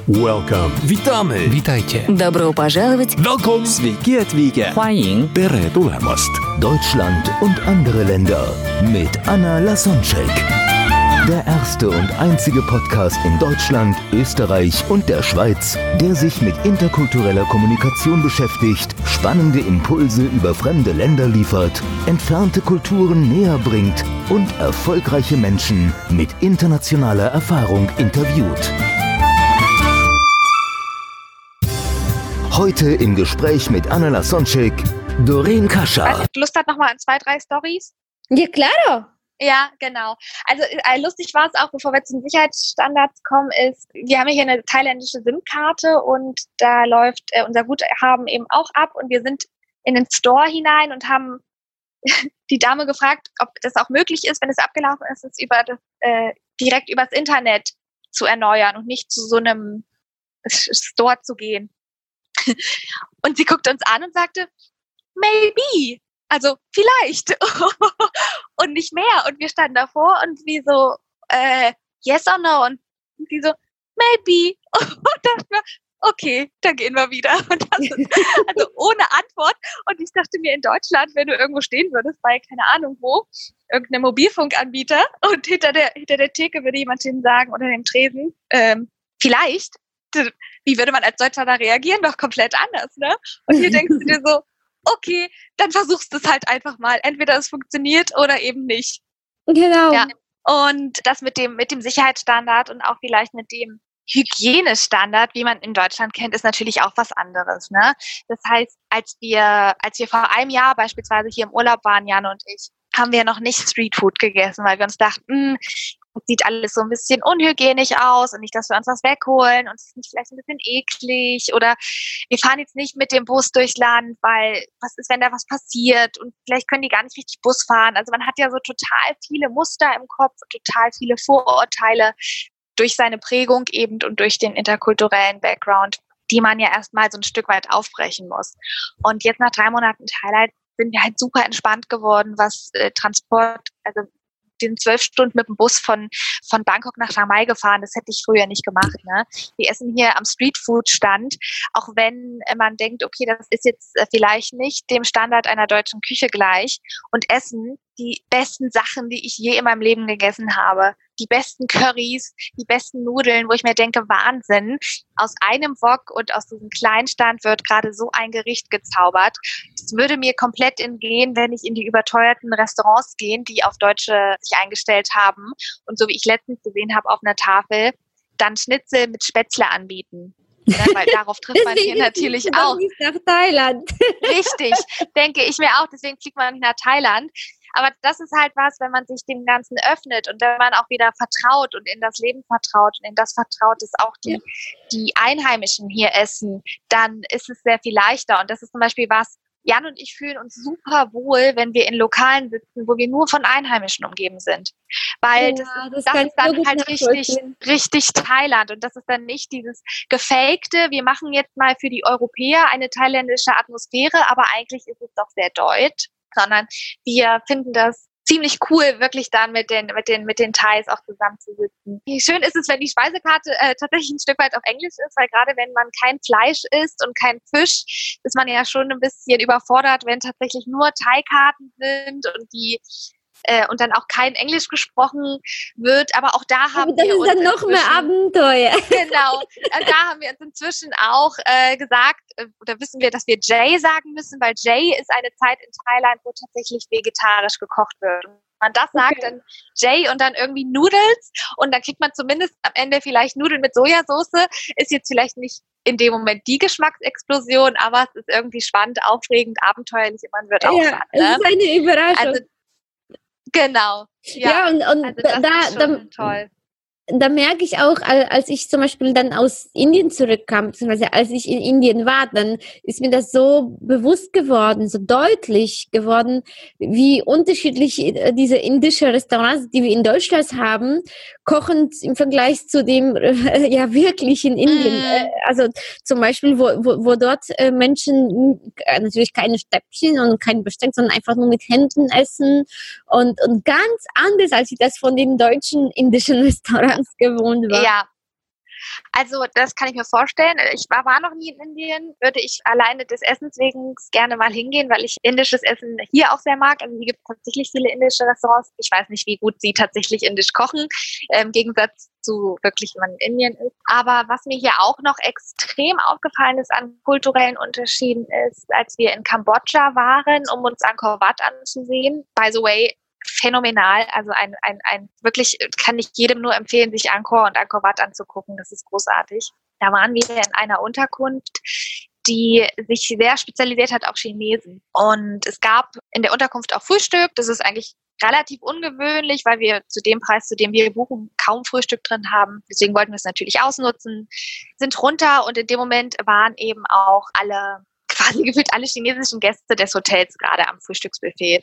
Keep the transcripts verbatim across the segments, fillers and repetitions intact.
Welcome. Witamy. Witajcie. Добро пожаловать. Welcome. Sveiki atvykę. 欢迎 Tere tulemast. Deutschland und andere Länder mit Anna Lasonczyk. Der erste und einzige Podcast in Deutschland, Österreich und der Schweiz, der sich mit interkultureller Kommunikation beschäftigt, spannende Impulse über fremde Länder liefert, entfernte Kulturen näher bringt und erfolgreiche Menschen mit internationaler Erfahrung interviewt. Heute im Gespräch mit Anna Lasonczyk, Doreen Kascha. Weiß nicht, Lust hat nochmal an zwei, drei Storys? Ja, claro. Ja, genau. Also äh, lustig war es auch, bevor wir zu den Sicherheitsstandards kommen, ist, wir haben hier eine thailändische SIM-Karte und da läuft äh, unser Guthaben eben auch ab und wir sind in den Store hinein und haben die Dame gefragt, ob das auch möglich ist, wenn es abgelaufen ist, es über das, äh, direkt übers Internet zu erneuern und nicht zu so einem Store zu gehen. Und sie guckte uns an und sagte, maybe, also vielleicht und nicht mehr. Und wir standen davor und wie so, äh, yes or no? Und sie so, maybe. Und dachten wir, okay, dann gehen wir wieder. Und das ist, also ohne Antwort. Und ich dachte mir, in Deutschland, wenn du irgendwo stehen würdest, bei keine Ahnung wo, irgendeinem Mobilfunkanbieter und hinter der, hinter der Theke würde jemand hin sagen oder dem Tresen, ähm, vielleicht. Wie würde man als Deutscher da reagieren? Doch komplett anders, ne? Und hier denkst du dir so, okay, dann versuchst du es halt einfach mal. Entweder es funktioniert oder eben nicht. Genau. Ja. Und das mit dem, mit dem Sicherheitsstandard und auch vielleicht mit dem Hygienestandard, wie man in Deutschland kennt, ist natürlich auch was anderes, ne? Das heißt, als wir, als wir vor einem Jahr beispielsweise hier im Urlaub waren, Jan und ich, haben wir noch nicht Streetfood gegessen, weil wir uns dachten, das sieht alles so ein bisschen unhygienisch aus und nicht, dass wir uns was wegholen und es ist nicht vielleicht ein bisschen eklig oder wir fahren jetzt nicht mit dem Bus durchs Land, weil was ist, wenn da was passiert und vielleicht können die gar nicht richtig Bus fahren. Also man hat ja so total viele Muster im Kopf, total viele Vorurteile durch seine Prägung eben und durch den interkulturellen Background, die man ja erstmal so ein Stück weit aufbrechen muss. Und jetzt nach drei Monaten Thailand sind wir halt super entspannt geworden, was äh, Transport, also wir sind zwölf Stunden mit dem Bus von, von Bangkok nach Chiang Mai gefahren. Das hätte ich früher nicht gemacht, ne? Wir essen hier am Streetfood-Stand, auch wenn äh, man denkt, okay, das ist jetzt äh, vielleicht nicht dem Standard einer deutschen Küche gleich und essen die besten Sachen, die ich je in meinem Leben gegessen habe. Die besten Currys, die besten Nudeln, wo ich mir denke, Wahnsinn. Aus einem Wok und aus diesem kleinen Stand wird gerade so ein Gericht gezaubert. Das würde mir komplett entgehen, wenn ich in die überteuerten Restaurants gehe, die auf Deutsche sich eingestellt haben. Und so wie ich letztens gesehen habe auf einer Tafel, dann Schnitzel mit Spätzle anbieten. Ja, weil darauf trifft man hier natürlich auch. Nicht nach Thailand. Richtig, denke ich mir auch. Deswegen fliegt man nicht nach Thailand. Aber das ist halt was, wenn man sich dem Ganzen öffnet und wenn man auch wieder vertraut und in das Leben vertraut und in das vertraut, dass auch die, ja. die Einheimischen hier essen, dann ist es sehr viel leichter. Und das ist zum Beispiel was, Jan und ich fühlen uns super wohl, wenn wir in Lokalen sitzen, wo wir nur von Einheimischen umgeben sind. Weil ja, das, das, das ist dann halt richtig, richtig Thailand. Und das ist dann nicht dieses gefakte, wir machen jetzt mal für die Europäer eine thailändische Atmosphäre, aber eigentlich ist es doch sehr deutsch. Sondern wir finden das ziemlich cool, wirklich dann mit den mit den mit den Thais auch zusammenzusitzen. Schön ist es, wenn die Speisekarte äh, tatsächlich ein Stück weit auf Englisch ist, weil gerade wenn man kein Fleisch isst und kein Fisch, ist man ja schon ein bisschen überfordert, wenn tatsächlich nur Thai-Karten sind und die äh, und dann auch kein Englisch gesprochen wird. Aber auch da haben das wir uns ist dann noch mehr Abenteuer. Genau, da haben wir uns inzwischen auch äh, gesagt, äh, oder wissen wir, dass wir Jay sagen müssen, weil Jay ist eine Zeit in Thailand, wo tatsächlich vegetarisch gekocht wird. Und wenn man das sagt, okay. Dann Jay und dann irgendwie Noodles und dann kriegt man zumindest am Ende vielleicht Nudeln mit Sojasauce. Ist jetzt vielleicht nicht in dem Moment die Geschmacksexplosion, aber es ist irgendwie spannend, aufregend, abenteuerlich und man wird auch ja, satt. Ne? Es ist eine Überraschung. Also, genau. Ja, ja und, und also das da, ist schon da, toll. Da merke ich auch, als ich zum Beispiel dann aus Indien zurückkam, beziehungsweise als ich in Indien war, dann ist mir das so bewusst geworden, so deutlich geworden, wie unterschiedlich diese indische Restaurants, die wir in Deutschland haben, kochen im Vergleich zu dem äh, ja wirklich in Indien. Mm. Also zum Beispiel, wo, wo, wo dort äh, Menschen äh, natürlich keine Stäbchen und kein Besteck, sondern einfach nur mit Händen essen und, und ganz anders, als ich das von den deutschen indischen Restaurants gewohnt war. Ja, Also das kann ich mir vorstellen. Ich war, war noch nie in Indien, würde ich alleine des Essens wegen gerne mal hingehen, weil ich indisches Essen hier auch sehr mag. Also hier gibt es tatsächlich viele indische Restaurants. Ich weiß nicht, wie gut sie tatsächlich indisch kochen, äh, im Gegensatz zu wirklich, wenn man in Indien ist. Aber was mir hier auch noch extrem aufgefallen ist an kulturellen Unterschieden ist, als wir in Kambodscha waren, um uns Angkor Wat anzusehen. By the way, phänomenal. Also ein, ein, ein wirklich, kann ich jedem nur empfehlen, sich Angkor und Angkor Wat anzugucken. Das ist großartig. Da waren wir in einer Unterkunft, die sich sehr spezialisiert hat auf Chinesen. Und es gab in der Unterkunft auch Frühstück. Das ist eigentlich relativ ungewöhnlich, weil wir zu dem Preis, zu dem wir buchen, kaum Frühstück drin haben. Deswegen wollten wir es natürlich ausnutzen, sind runter und in dem Moment waren eben auch alle, quasi gefühlt alle chinesischen Gäste des Hotels gerade am Frühstücksbuffet.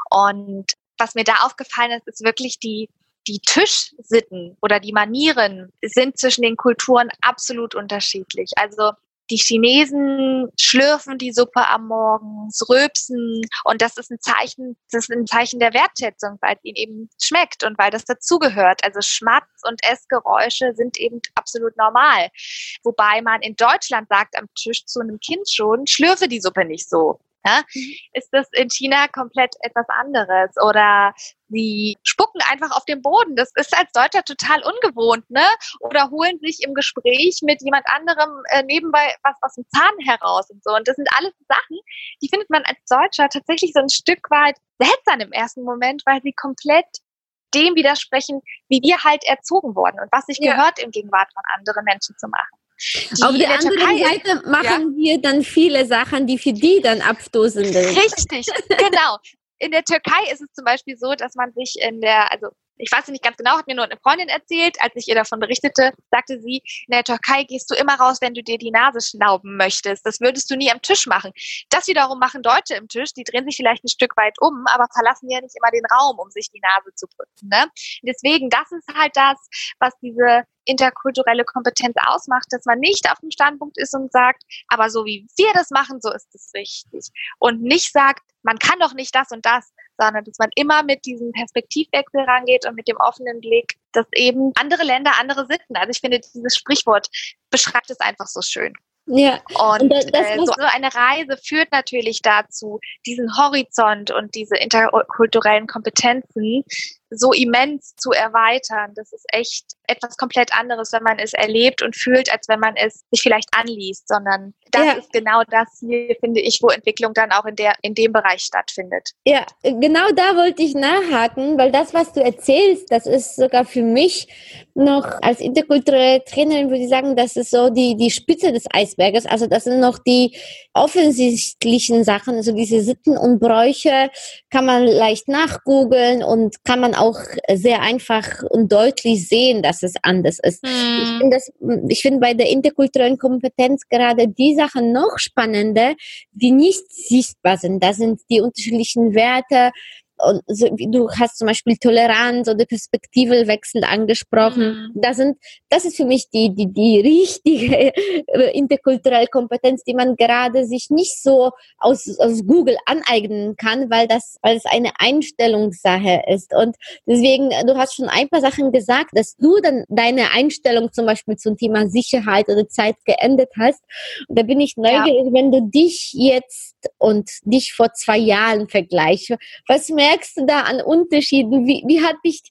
Und was mir da aufgefallen ist, ist wirklich die, die Tischsitten oder die Manieren sind zwischen den Kulturen absolut unterschiedlich. Also die Chinesen schlürfen die Suppe am Morgen, rülpsen und das ist ein Zeichen, das ist ein Zeichen der Wertschätzung, weil es ihnen eben schmeckt und weil das dazugehört. Also Schmatz und Essgeräusche sind eben absolut normal. Wobei man in Deutschland sagt am Tisch zu einem Kind schon, schlürfe die Suppe nicht so. Ja, ist das in China komplett etwas anderes oder sie spucken einfach auf den Boden. Das ist als Deutscher total ungewohnt, ne? Oder holen sich im Gespräch mit jemand anderem äh, nebenbei was aus dem Zahn heraus und so. Und das sind alles Sachen, die findet man als Deutscher tatsächlich so ein Stück weit seltsam im ersten Moment, weil sie komplett dem widersprechen, wie wir halt erzogen wurden und was sich ja. gehört, im Gegenwart von anderen Menschen zu machen. Die Auf der anderen Türkei Seite machen ja. wir dann viele Sachen, die für die dann abstoßend sind. Richtig, genau. In der Türkei ist es zum Beispiel so, dass man sich in der, also ich weiß nicht ganz genau, hat mir nur eine Freundin erzählt, als ich ihr davon berichtete, sagte sie, in der Türkei gehst du immer raus, wenn du dir die Nase schnauben möchtest. Das würdest du nie am Tisch machen. Das wiederum machen Deutsche im Tisch, die drehen sich vielleicht ein Stück weit um, aber verlassen ja nicht immer den Raum, um sich die Nase zu putzen. Ne? Deswegen, das ist halt das, was diese interkulturelle Kompetenz ausmacht, dass man nicht auf dem Standpunkt ist und sagt, aber so wie wir das machen, so ist es richtig. Und nicht sagt, man kann doch nicht das und das, sondern dass man immer mit diesem Perspektivwechsel rangeht und mit dem offenen Blick, dass eben andere Länder andere Sitten. Also ich finde, dieses Sprichwort beschreibt es einfach so schön. Ja. Und, und das, das, äh, so eine Reise führt natürlich dazu, diesen Horizont und diese interkulturellen Kompetenzen so immens zu erweitern. Das ist echt etwas komplett anderes, wenn man es erlebt und fühlt, als wenn man es sich vielleicht anliest, sondern das ja. ist genau das hier, finde ich, wo Entwicklung dann auch in der in dem Bereich stattfindet. Ja, genau da wollte ich nachhaken, weil das, was du erzählst, das ist sogar für mich noch als interkulturelle Trainerin, würde ich sagen, das ist so die, die Spitze des Eisberges. Also das sind noch die offensichtlichen Sachen, also diese Sitten und Bräuche kann man leicht nachgoogeln und kann man auch sehr einfach und deutlich sehen, dass es anders ist. Mhm. Ich finde das, ich finde bei der interkulturellen Kompetenz gerade die Sachen noch spannender, die nicht sichtbar sind. Da sind die unterschiedlichen Werte. Und so, du hast zum Beispiel Toleranz oder Perspektivwechsel angesprochen. Mhm. Das sind, das ist für mich die, die, die richtige interkulturelle Kompetenz, die man gerade sich nicht so aus, aus Google aneignen kann, weil das, weil es eine Einstellungssache ist. Und deswegen, du hast schon ein paar Sachen gesagt, dass du dann deine Einstellung zum Beispiel zum Thema Sicherheit oder Zeit geändert hast. Und da bin ich neugierig, ja. wenn du dich jetzt und dich vor zwei Jahren vergleichst. Was merkst du da an Unterschieden? Wie, wie hat dich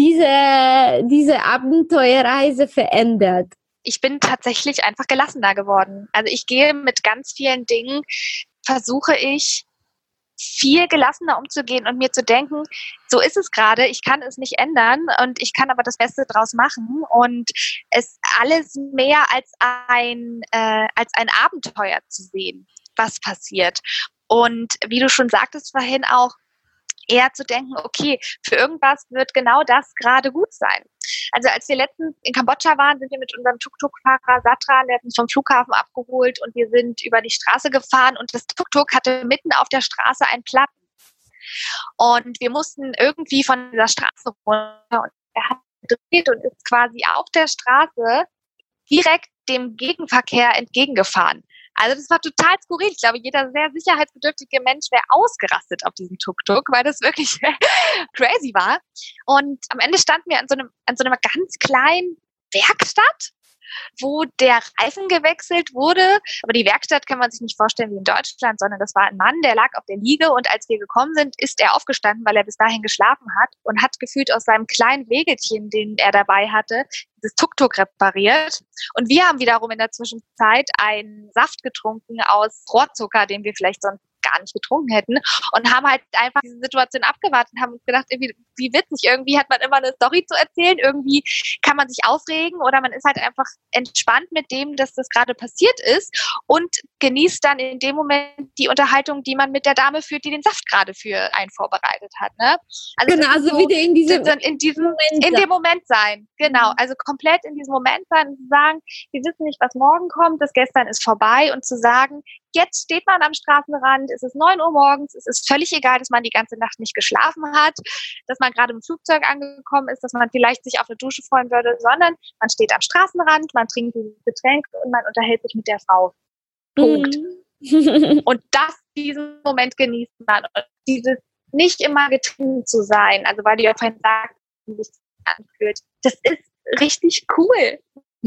diese, diese Abenteuerreise verändert? Ich bin tatsächlich einfach gelassener geworden. Also ich gehe mit ganz vielen Dingen, versuche ich viel gelassener umzugehen und mir zu denken, so ist es gerade, ich kann es nicht ändern und ich kann aber das Beste draus machen und es alles mehr als ein, äh, als ein Abenteuer zu sehen, was passiert. Und wie du schon sagtest vorhin auch, eher zu denken, okay, für irgendwas wird genau das gerade gut sein. Also als wir letztens in Kambodscha waren, sind wir mit unserem Tuk-Tuk-Fahrer Satran, der hat uns vom Flughafen abgeholt und wir sind über die Straße gefahren und das Tuk-Tuk hatte mitten auf der Straße einen Platten. Und wir mussten irgendwie von dieser Straße runter und er hat gedreht und ist quasi auf der Straße direkt dem Gegenverkehr entgegengefahren. Also das war total skurril. Ich glaube, jeder sehr sicherheitsbedürftige Mensch wäre ausgerastet auf diesem Tuk-Tuk, weil das wirklich crazy war. Und am Ende standen wir an so einem, an so einer ganz kleinen Werkstatt wo der Reifen gewechselt wurde. Aber die Werkstatt kann man sich nicht vorstellen wie in Deutschland, sondern das war ein Mann, der lag auf der Liege und als wir gekommen sind, ist er aufgestanden, weil er bis dahin geschlafen hat und hat gefühlt aus seinem kleinen Wägelchen, den er dabei hatte, dieses Tuk-Tuk repariert. Und wir haben wiederum in der Zwischenzeit einen Saft getrunken aus Rohrzucker, den wir vielleicht sonst gar nicht getrunken hätten und haben halt einfach diese Situation abgewartet und haben uns gedacht, irgendwie, wie witzig, irgendwie hat man immer eine Story zu erzählen, irgendwie kann man sich aufregen oder man ist halt einfach entspannt mit dem, dass das gerade passiert ist und genießt dann in dem Moment die Unterhaltung, die man mit der Dame führt, die den Saft gerade für einen vorbereitet hat. Ne? Also genau, also so, wieder in diesem, in diesem Moment in dem Moment sein. Genau, also komplett in diesem Moment sein und zu sagen, wir wissen nicht, was morgen kommt, das Gestern ist vorbei und zu sagen, jetzt steht man am Straßenrand, es ist neun Uhr morgens, es ist völlig egal, dass man die ganze Nacht nicht geschlafen hat, dass man gerade im Flugzeug angekommen ist, dass man vielleicht sich auf eine Dusche freuen würde, sondern man steht am Straßenrand, man trinkt dieses Getränk und man unterhält sich mit der Frau. Punkt. Mhm. Und das, diesen Moment genießt man. Und dieses nicht immer getrieben zu sein, also weil du ja vorhin sagst, wie sich das anfühlt, das ist richtig cool.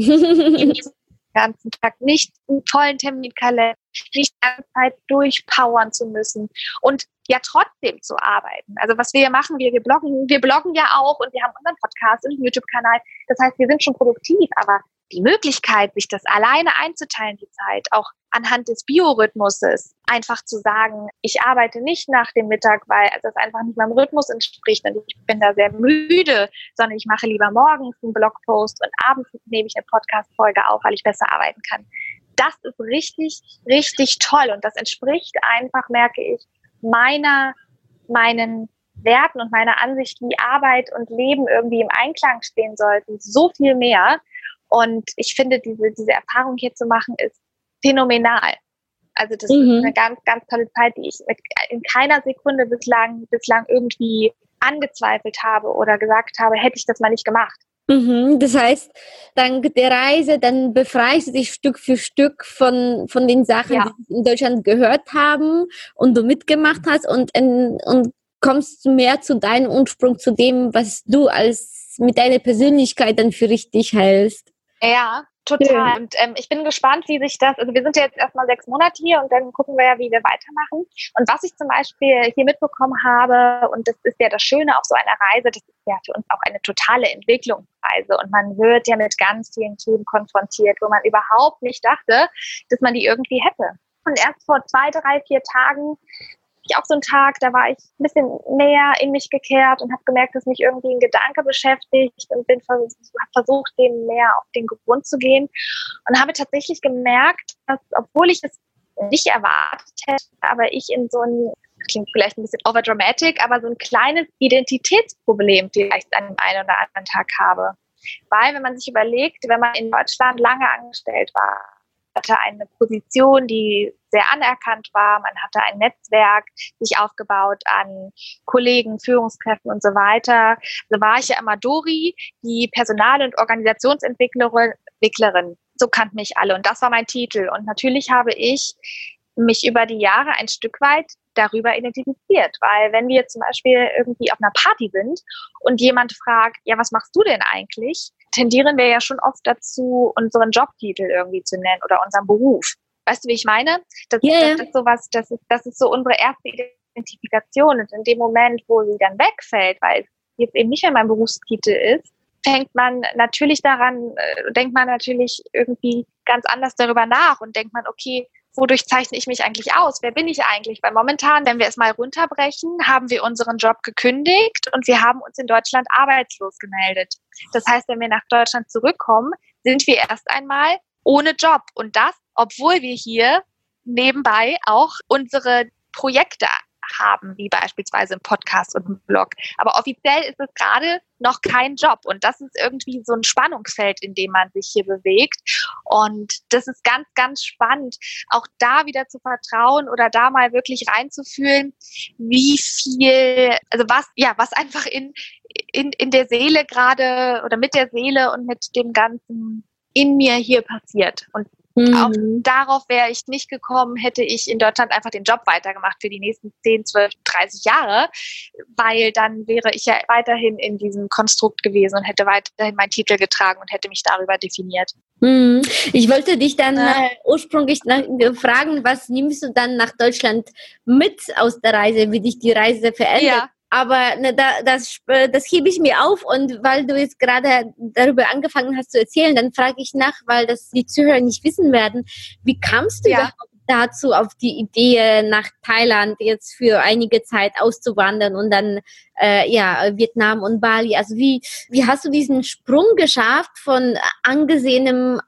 Den ganzen Tag nicht einen vollen Terminkalender, nicht die ganze Zeit durchpowern zu müssen und ja trotzdem zu arbeiten. Also was wir hier machen, wir, wir bloggen, wir bloggen ja auch und wir haben unseren Podcast und einen YouTube-Kanal. Das heißt, wir sind schon produktiv, aber die Möglichkeit, sich das alleine einzuteilen, die Zeit, auch anhand des Biorhythmuses, einfach zu sagen, ich arbeite nicht nach dem Mittag, weil das einfach nicht meinem Rhythmus entspricht und ich bin da sehr müde, sondern ich mache lieber morgens einen Blogpost und abends nehme ich eine Podcast-Folge auf, weil ich besser arbeiten kann. Das ist richtig, richtig toll und das entspricht einfach, merke ich, meiner, meinen Werten und meiner Ansicht, wie Arbeit und Leben irgendwie im Einklang stehen sollten, so viel mehr. Und ich finde, diese, diese Erfahrung hier zu machen, ist phänomenal. Also das mhm. ist eine ganz, ganz tolle Zeit, die ich mit, in keiner Sekunde bislang, bislang irgendwie angezweifelt habe oder gesagt habe, hätte ich das mal nicht gemacht. Mhm. Das heißt, dank der Reise, dann befreist du dich Stück für Stück von, von den Sachen, ja. die in Deutschland gehört haben und du mitgemacht hast und, und kommst mehr zu deinem Ursprung, zu dem, was du als mit deiner Persönlichkeit dann für richtig hältst. Ja, total. Ja. Und ähm, ich bin gespannt, wie sich das, also wir sind ja jetzt erstmal sechs Monate hier und dann gucken wir ja, wie wir weitermachen. Und was ich zum Beispiel hier mitbekommen habe, und das ist ja das Schöne auf so einer Reise, das ist ja für uns auch eine totale Entwicklungsreise. Und man wird ja mit ganz vielen Themen konfrontiert, wo man überhaupt nicht dachte, dass man die irgendwie hätte. Und erst vor zwei, drei, vier Tagen ich auch so einen Tag, da war ich ein bisschen näher in mich gekehrt und habe gemerkt, dass mich irgendwie ein Gedanke beschäftigt und bin vers- habe versucht, dem mehr auf den Grund zu gehen und habe tatsächlich gemerkt, dass, obwohl ich es nicht erwartet hätte, aber ich in so ein, klingt vielleicht ein bisschen overdramatic, aber so ein kleines Identitätsproblem vielleicht an dem einen oder anderen Tag habe. Weil, wenn man sich überlegt, wenn man in Deutschland lange angestellt war, hatte eine Position, die sehr anerkannt war. Man hatte ein Netzwerk sich aufgebaut an Kollegen, Führungskräften und so weiter. So war ich ja immer Dori, die Personal- und Organisationsentwicklerin. So kannten mich alle und das war mein Titel. Und natürlich habe ich mich über die Jahre ein Stück weit darüber identifiziert, weil wenn wir zum Beispiel irgendwie auf einer Party sind und jemand fragt, ja, was machst du denn eigentlich? Tendieren wir ja schon oft dazu, unseren Jobtitel irgendwie zu nennen oder unseren Beruf. Weißt du, wie ich meine? Das, yeah. das ist sowas, das ist, das ist so unsere erste Identifikation. Und in dem Moment, wo sie dann wegfällt, weil es jetzt eben nicht mehr mein Berufstitel ist, fängt man natürlich daran, äh, denkt man natürlich irgendwie ganz anders darüber nach und denkt man, okay, wodurch zeichne ich mich eigentlich aus? Wer bin ich eigentlich? Weil momentan, wenn wir es mal runterbrechen, haben wir unseren Job gekündigt und wir haben uns in Deutschland arbeitslos gemeldet. Das heißt, wenn wir nach Deutschland zurückkommen, sind wir erst einmal ohne Job. Und das, obwohl wir hier nebenbei auch unsere Projekte haben, wie beispielsweise ein Podcast und ein Blog. Aber offiziell ist es gerade noch kein Job und das ist irgendwie so ein Spannungsfeld, in dem man sich hier bewegt und das ist ganz, ganz spannend, auch da wieder zu vertrauen oder da mal wirklich reinzufühlen, wie viel, also was, ja, was einfach in, in, in der Seele gerade oder mit der Seele und mit dem Ganzen in mir hier passiert und Mhm. Auch darauf wäre ich nicht gekommen, hätte ich in Deutschland einfach den Job weitergemacht für die nächsten zehn, zwölf, dreißig Jahre, weil dann wäre ich ja weiterhin in diesem Konstrukt gewesen und hätte weiterhin meinen Titel getragen und hätte mich darüber definiert. Hm. Ich wollte dich dann Ja. äh, ursprünglich nach, fragen, was nimmst du dann nach Deutschland mit aus der Reise, wie dich die Reise verändert? Ja. Aber ne, da, das, äh, das hebe ich mir auf, und weil du jetzt gerade darüber angefangen hast zu erzählen, dann frage ich nach, weil das die Zuhörer nicht wissen werden. Wie kamst du Ja. überhaupt dazu, auf die Idee, nach Thailand jetzt für einige Zeit auszuwandern und dann äh, ja Vietnam und Bali? Also wie wie hast du diesen Sprung geschafft von angesehenem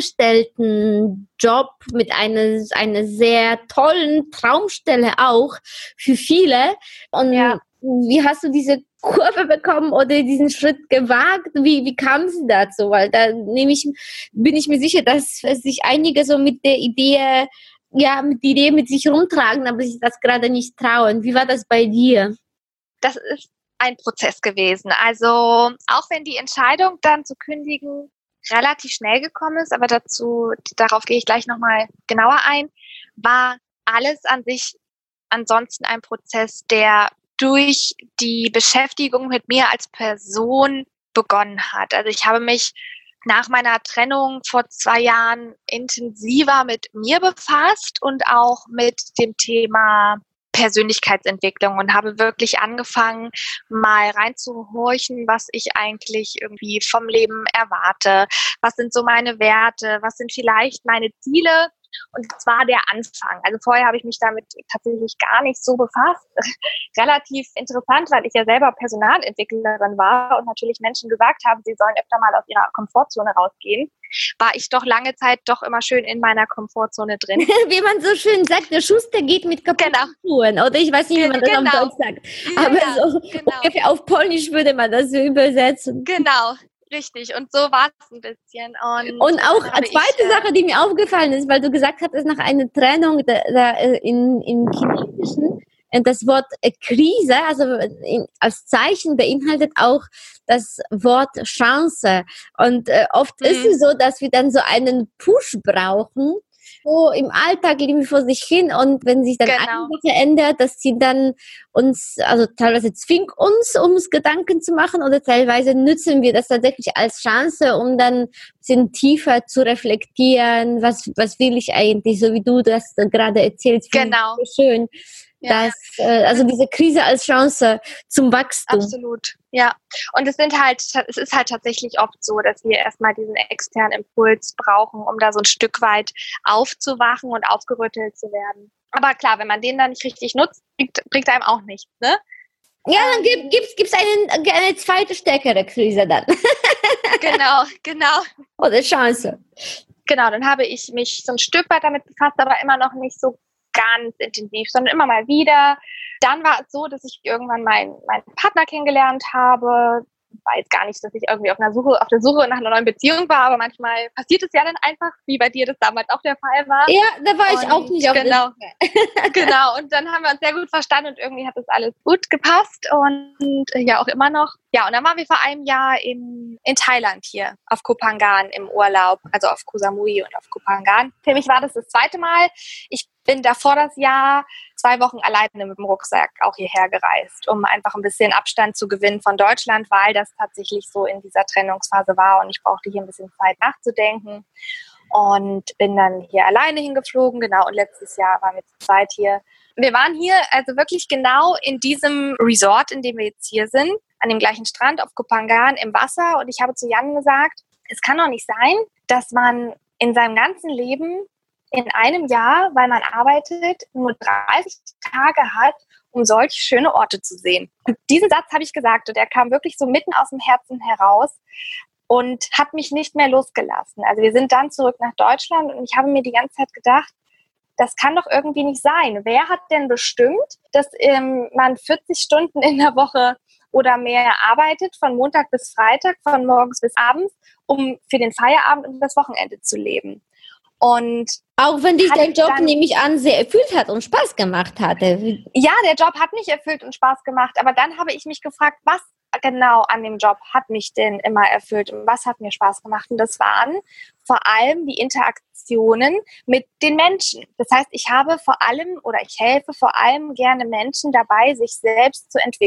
Angestelltenjob mit einer einer sehr tollen Traumstelle auch für viele, und Ja. wie hast du diese Kurve bekommen oder diesen Schritt gewagt? Wie, wie kam es dazu? Weil da nehme ich, bin ich mir sicher, dass sich einige so mit der Idee, ja, mit der Idee mit sich rumtragen, aber sich das gerade nicht trauen. Wie war das bei dir? Das ist ein Prozess gewesen. Also auch wenn die Entscheidung dann zu kündigen relativ schnell gekommen ist, aber dazu, darauf gehe ich gleich nochmal genauer ein, war alles an sich ansonsten ein Prozess, der durch die Beschäftigung mit mir als Person begonnen hat. Also ich habe mich nach meiner Trennung vor zwei Jahren intensiver mit mir befasst und auch mit dem Thema Persönlichkeitsentwicklung und habe wirklich angefangen, mal reinzuhorchen, was ich eigentlich irgendwie vom Leben erwarte. Was sind so meine Werte? Was sind vielleicht meine Ziele? Und das war der Anfang. Also vorher habe ich mich damit tatsächlich gar nicht so befasst. Relativ interessant, weil ich ja selber Personalentwicklerin war und natürlich Menschen gesagt haben, sie sollen öfter mal aus ihrer Komfortzone rausgehen, war ich doch lange Zeit doch immer schön in meiner Komfortzone drin. Wie man so schön sagt, der Schuster geht mit kaputten Genau. Schuhen. Oder ich weiß nicht, wie man das Genau. auf Deutsch sagt. Ja, Aber ja, so genau. ungefähr auf Polnisch würde man das so übersetzen. Genau, richtig. Und so war es ein bisschen. Und, Und auch dann eine habe zweite ich, äh, Sache, die mir aufgefallen ist, weil du gesagt hattest, nach einer Trennung da, da, äh, in, im Chinesischen, äh, das Wort äh, Krise, also in, als Zeichen beinhaltet auch das Wort Chance. Und äh, oft Mhm. ist es so, dass wir dann so einen Push brauchen. So im Alltag leben wir vor sich hin, und wenn sich dann Genau. eine Sache ändert, dass sie dann uns, also teilweise zwingt uns, um uns Gedanken zu machen, oder teilweise nutzen wir das tatsächlich als Chance, um dann ein bisschen tiefer zu reflektieren, was, was will ich eigentlich, so wie du das gerade erzählst. Finde ich Genau. so schön. Ja. Dass, äh, also diese Krise als Chance zum Wachstum. Absolut, ja. Und es sind halt, es ist halt tatsächlich oft so, dass wir erstmal diesen externen Impuls brauchen, um da so ein Stück weit aufzuwachen und aufgerüttelt zu werden. Aber klar, wenn man den dann nicht richtig nutzt, bringt, bringt einem auch nichts, ne? Ja, dann gibt gibt's, gibt's eine, eine zweite stärkere Krise dann. Genau, genau. Oder Chance. Genau, dann habe ich mich so ein Stück weit damit befasst, aber immer noch nicht so ganz intensiv, sondern immer mal wieder. Dann war es so, dass ich irgendwann meinen, meinen Partner kennengelernt habe. War jetzt gar nicht, dass ich irgendwie auf einer Suche, auf der Suche nach einer neuen Beziehung war, aber manchmal passiert es ja dann einfach, wie bei dir das damals auch der Fall war. Ja, da war ich Und auch nicht auf genau. der Suche. Genau, und dann haben wir uns sehr gut verstanden und irgendwie hat das alles gut gepasst und äh, ja auch immer noch. Ja, und dann waren wir vor einem Jahr in, in Thailand hier auf Koh Phangan im Urlaub, also auf Koh Samui und auf Koh Phangan. Für mich war das das zweite Mal. Ich bin davor das Jahr zwei Wochen alleine mit dem Rucksack auch hierher gereist, um einfach ein bisschen Abstand zu gewinnen von Deutschland, weil das tatsächlich so in dieser Trennungsphase war und ich brauchte hier ein bisschen Zeit nachzudenken. Und bin dann hier alleine hingeflogen, genau, und letztes Jahr waren wir zu zweit hier. Wir waren hier also wirklich genau in diesem Resort, in dem wir jetzt hier sind, an dem gleichen Strand auf Koh Phangan im Wasser, und ich habe zu Jan gesagt, es kann doch nicht sein, dass man in seinem ganzen Leben in einem Jahr, weil man arbeitet, nur dreißig Tage hat, um solche schöne Orte zu sehen. Und diesen Satz habe ich gesagt und er kam wirklich so mitten aus dem Herzen heraus und hat mich nicht mehr losgelassen. Also wir sind dann zurück nach Deutschland und ich habe mir die ganze Zeit gedacht, das kann doch irgendwie nicht sein. Wer hat denn bestimmt, dass ähm, man vierzig Stunden in der Woche oder mehr arbeitet, von Montag bis Freitag, von morgens bis abends, um für den Feierabend und das Wochenende zu leben? Und auch wenn dich dein Job, dann, nehme ich an, sehr erfüllt hat und Spaß gemacht hatte. Ja, der Job hat mich erfüllt und Spaß gemacht, aber dann habe ich mich gefragt, was genau an dem Job hat mich denn immer erfüllt und was hat mir Spaß gemacht? Und das waren vor allem die Interaktionen mit den Menschen. Das heißt, ich habe vor allem oder ich helfe vor allem gerne Menschen dabei, sich selbst zu entwickeln.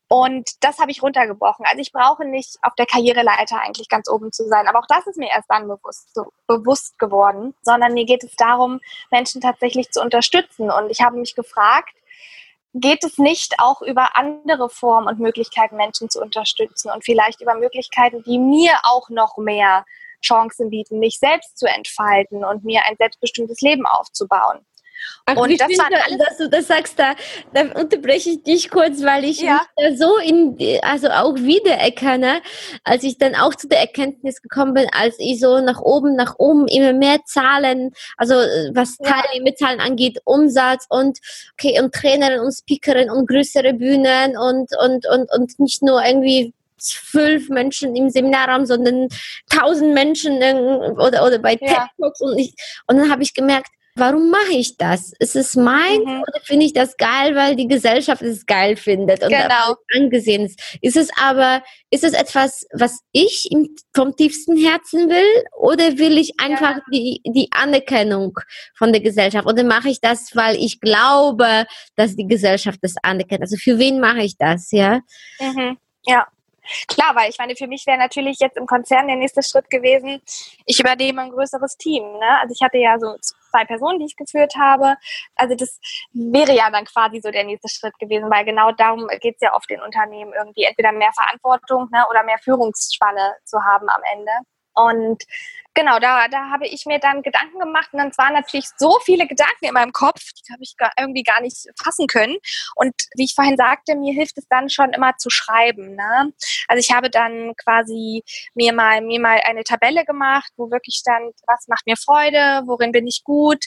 Und das habe ich runtergebrochen. Also ich brauche nicht auf der Karriereleiter eigentlich ganz oben zu sein. Aber auch das ist mir erst dann bewusst, so bewusst geworden. Sondern mir geht es darum, Menschen tatsächlich zu unterstützen. Und ich habe mich gefragt, geht es nicht auch über andere Formen und Möglichkeiten, Menschen zu unterstützen und vielleicht über Möglichkeiten, die mir auch noch mehr Chancen bieten, mich selbst zu entfalten und mir ein selbstbestimmtes Leben aufzubauen. Ach, und das finde, waren alles, dass du das sagst, da, da unterbreche ich dich kurz, weil ich ja. mich da so in, also auch wiedererkenne, als ich dann auch zu der Erkenntnis gekommen bin, als ich so nach oben, nach oben immer mehr Zahlen, also was Ja. Teilnehmerzahlen angeht, Umsatz und okay und Trainerin und Speakerin und größere Bühnen und und und und nicht nur irgendwie zwölf Menschen im Seminarraum, sondern tausend Menschen oder oder bei Ja. TED Talks und ich und dann habe ich gemerkt, warum mache ich das? Ist es meins Mhm. oder finde ich das geil, weil die Gesellschaft es geil findet und Genau. angesehen ist? Ist es aber, ist es etwas, was ich im, vom tiefsten Herzen will oder will ich einfach Ja. die, die Anerkennung von der Gesellschaft? Oder mache ich das, weil ich glaube, dass die Gesellschaft das anerkennt? Also für wen mache ich das, ja? Mhm. Ja. Klar, weil ich meine, für mich wäre natürlich jetzt im Konzern der nächste Schritt gewesen, ich übernehme ein größeres Team. Ne? Also ich hatte ja so zwei Personen, die ich geführt habe. Also das wäre ja dann quasi so der nächste Schritt gewesen, weil genau darum geht es ja oft in Unternehmen irgendwie, entweder mehr Verantwortung, ne, oder mehr Führungsspanne zu haben am Ende. Und genau, da, da habe ich mir dann Gedanken gemacht und dann waren natürlich so viele Gedanken in meinem Kopf, die habe ich gar, irgendwie gar nicht fassen können. Und wie ich vorhin sagte, mir hilft es dann schon immer zu schreiben. Ne? Also ich habe dann quasi mir mal, mir mal eine Tabelle gemacht, wo wirklich stand, was macht mir Freude, worin bin ich gut,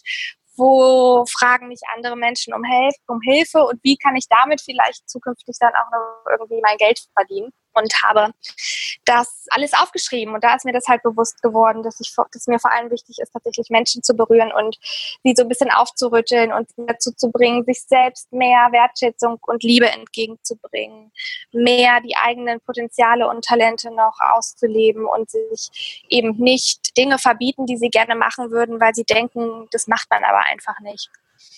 wo fragen mich andere Menschen um, Hilf- um Hilfe und wie kann ich damit vielleicht zukünftig dann auch noch irgendwie mein Geld verdienen. Und habe das alles aufgeschrieben. Und da ist mir das halt bewusst geworden, dass, ich, dass mir vor allem wichtig ist, tatsächlich Menschen zu berühren und sie so ein bisschen aufzurütteln und dazu zu bringen, sich selbst mehr Wertschätzung und Liebe entgegenzubringen, mehr die eigenen Potenziale und Talente noch auszuleben und sich eben nicht Dinge verbieten, die sie gerne machen würden, weil sie denken, das macht man aber einfach nicht.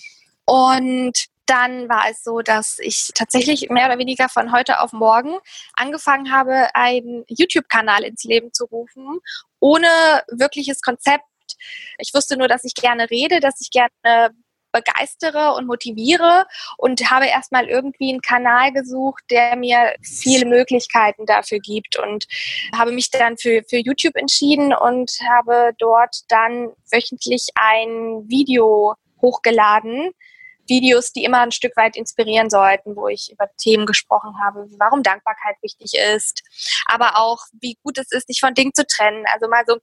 Und dann war es so, dass ich tatsächlich mehr oder weniger von heute auf morgen angefangen habe, einen YouTube-Kanal ins Leben zu rufen, ohne wirkliches Konzept. Ich wusste nur, dass ich gerne rede, dass ich gerne begeistere und motiviere und habe erstmal irgendwie einen Kanal gesucht, der mir viele Möglichkeiten dafür gibt und habe mich dann für, für YouTube entschieden und habe dort dann wöchentlich ein Video hochgeladen, Videos, die immer ein Stück weit inspirieren sollten, wo ich über Themen gesprochen habe, warum Dankbarkeit wichtig ist, aber auch, wie gut es ist, sich von Dingen zu trennen. Also mal so ein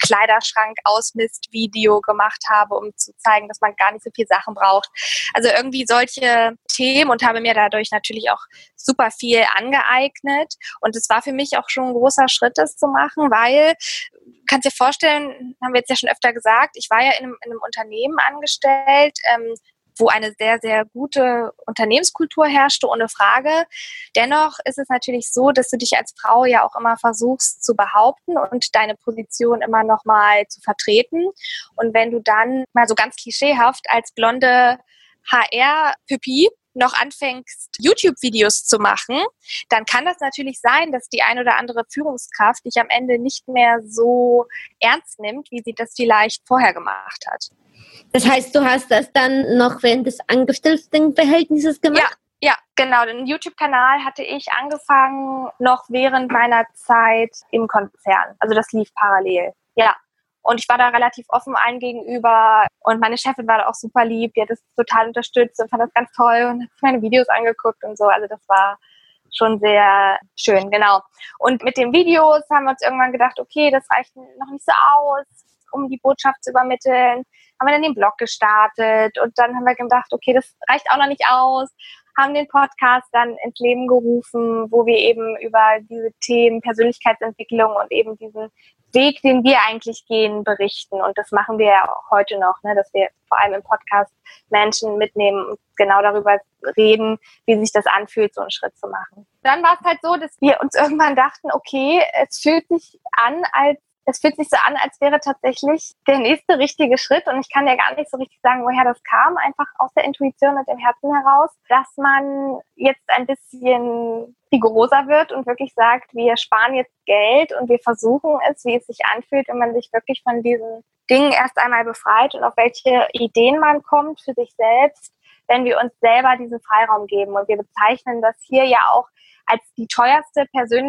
Kleiderschrank-Ausmist-Video gemacht habe, um zu zeigen, dass man gar nicht so viel Sachen braucht. Also irgendwie solche Themen und habe mir dadurch natürlich auch super viel angeeignet. Und es war für mich auch schon ein großer Schritt, das zu machen, weil, du kannst dir vorstellen, haben wir jetzt ja schon öfter gesagt, ich war ja in einem, in einem Unternehmen angestellt, ähm, wo eine sehr, sehr gute Unternehmenskultur herrschte, ohne Frage. Dennoch ist es natürlich so, dass du dich als Frau ja auch immer versuchst zu behaupten und deine Position immer noch mal zu vertreten. Und wenn du dann mal so ganz klischeehaft als blonde H R-Püppi noch anfängst, YouTube-Videos zu machen, dann kann das natürlich sein, dass die ein oder andere Führungskraft dich am Ende nicht mehr so ernst nimmt, wie sie das vielleicht vorher gemacht hat. Das heißt, du hast das dann noch während des Angestelltenverhältnisses gemacht? Ja, ja, genau. Den YouTube-Kanal hatte ich angefangen noch während meiner Zeit im Konzern. Also das lief parallel. Ja. Und ich war da relativ offen allen gegenüber. Und meine Chefin war da auch super lieb. Die hat das total unterstützt und fand das ganz toll und hat meine Videos angeguckt und so. Also das war schon sehr schön, genau. Und mit den Videos haben wir uns irgendwann gedacht, okay, das reicht noch nicht so aus, um die Botschaft zu übermitteln. Haben wir dann den Blog gestartet und dann haben wir gedacht, okay, das reicht auch noch nicht aus, haben den Podcast dann ins Leben gerufen, wo wir eben über diese Themen Persönlichkeitsentwicklung und eben diesen Weg, den wir eigentlich gehen, berichten. Und das machen wir ja auch heute noch, ne, dass wir vor allem im Podcast Menschen mitnehmen und genau darüber reden, wie sich das anfühlt, so einen Schritt zu machen. Dann war es halt so, dass wir uns irgendwann dachten, okay, es fühlt sich an, als Es fühlt sich so an, als wäre tatsächlich der nächste richtige Schritt. Und ich kann ja gar nicht so richtig sagen, woher das kam. Einfach aus der Intuition und dem Herzen heraus, dass man jetzt ein bisschen rigoroser wird und wirklich sagt, wir sparen jetzt Geld und wir versuchen es, wie es sich anfühlt, wenn man sich wirklich von diesen Dingen erst einmal befreit und auf welche Ideen man kommt für sich selbst, wenn wir uns selber diesen Freiraum geben. Und wir bezeichnen das hier ja auch als die teuerste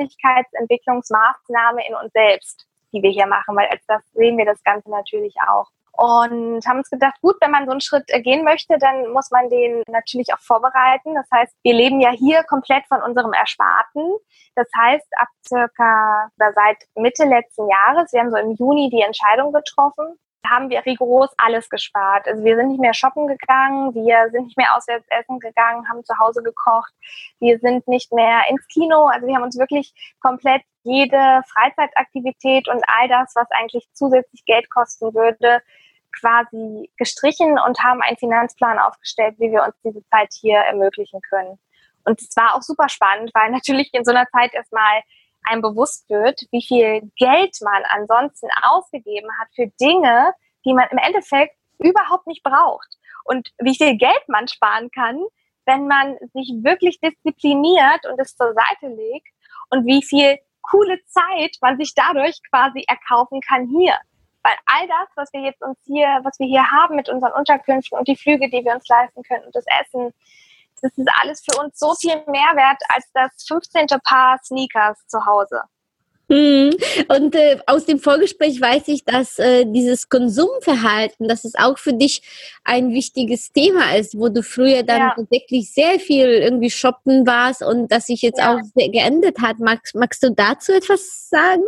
Persönlichkeitsentwicklungsmaßnahme in uns selbst, die wir hier machen, weil als das sehen wir das Ganze natürlich auch. Und haben uns gedacht, gut, wenn man so einen Schritt gehen möchte, dann muss man den natürlich auch vorbereiten. Das heißt, wir leben ja hier komplett von unserem Ersparten. Das heißt, ab circa oder seit Mitte letzten Jahres, wir haben so im Juni die Entscheidung getroffen, haben wir rigoros alles gespart. Also wir sind nicht mehr shoppen gegangen, wir sind nicht mehr auswärts essen gegangen, haben zu Hause gekocht, wir sind nicht mehr ins Kino. Also wir haben uns wirklich komplett jede Freizeitaktivität und all das, was eigentlich zusätzlich Geld kosten würde, quasi gestrichen und haben einen Finanzplan aufgestellt, wie wir uns diese Zeit hier ermöglichen können. Und es war auch super spannend, weil natürlich in so einer Zeit erstmal einem bewusst wird, wie viel Geld man ansonsten ausgegeben hat für Dinge, die man im Endeffekt überhaupt nicht braucht. Und wie viel Geld man sparen kann, wenn man sich wirklich diszipliniert und es zur Seite legt und wie viel coole Zeit man sich dadurch quasi erkaufen kann hier. Weil all das, was wir jetzt uns hier, was wir hier haben mit unseren Unterkünften und die Flüge, die wir uns leisten können und das Essen, das ist alles für uns so viel mehr wert als das fünfzehnte Paar Sneakers zu Hause. Mhm. Und äh, aus dem Vorgespräch weiß ich, dass äh, dieses Konsumverhalten, dass es auch für dich ein wichtiges Thema ist, wo du früher dann Ja. tatsächlich sehr viel irgendwie shoppen warst und das sich jetzt Ja. auch sehr geändert hat. Magst, magst du dazu etwas sagen?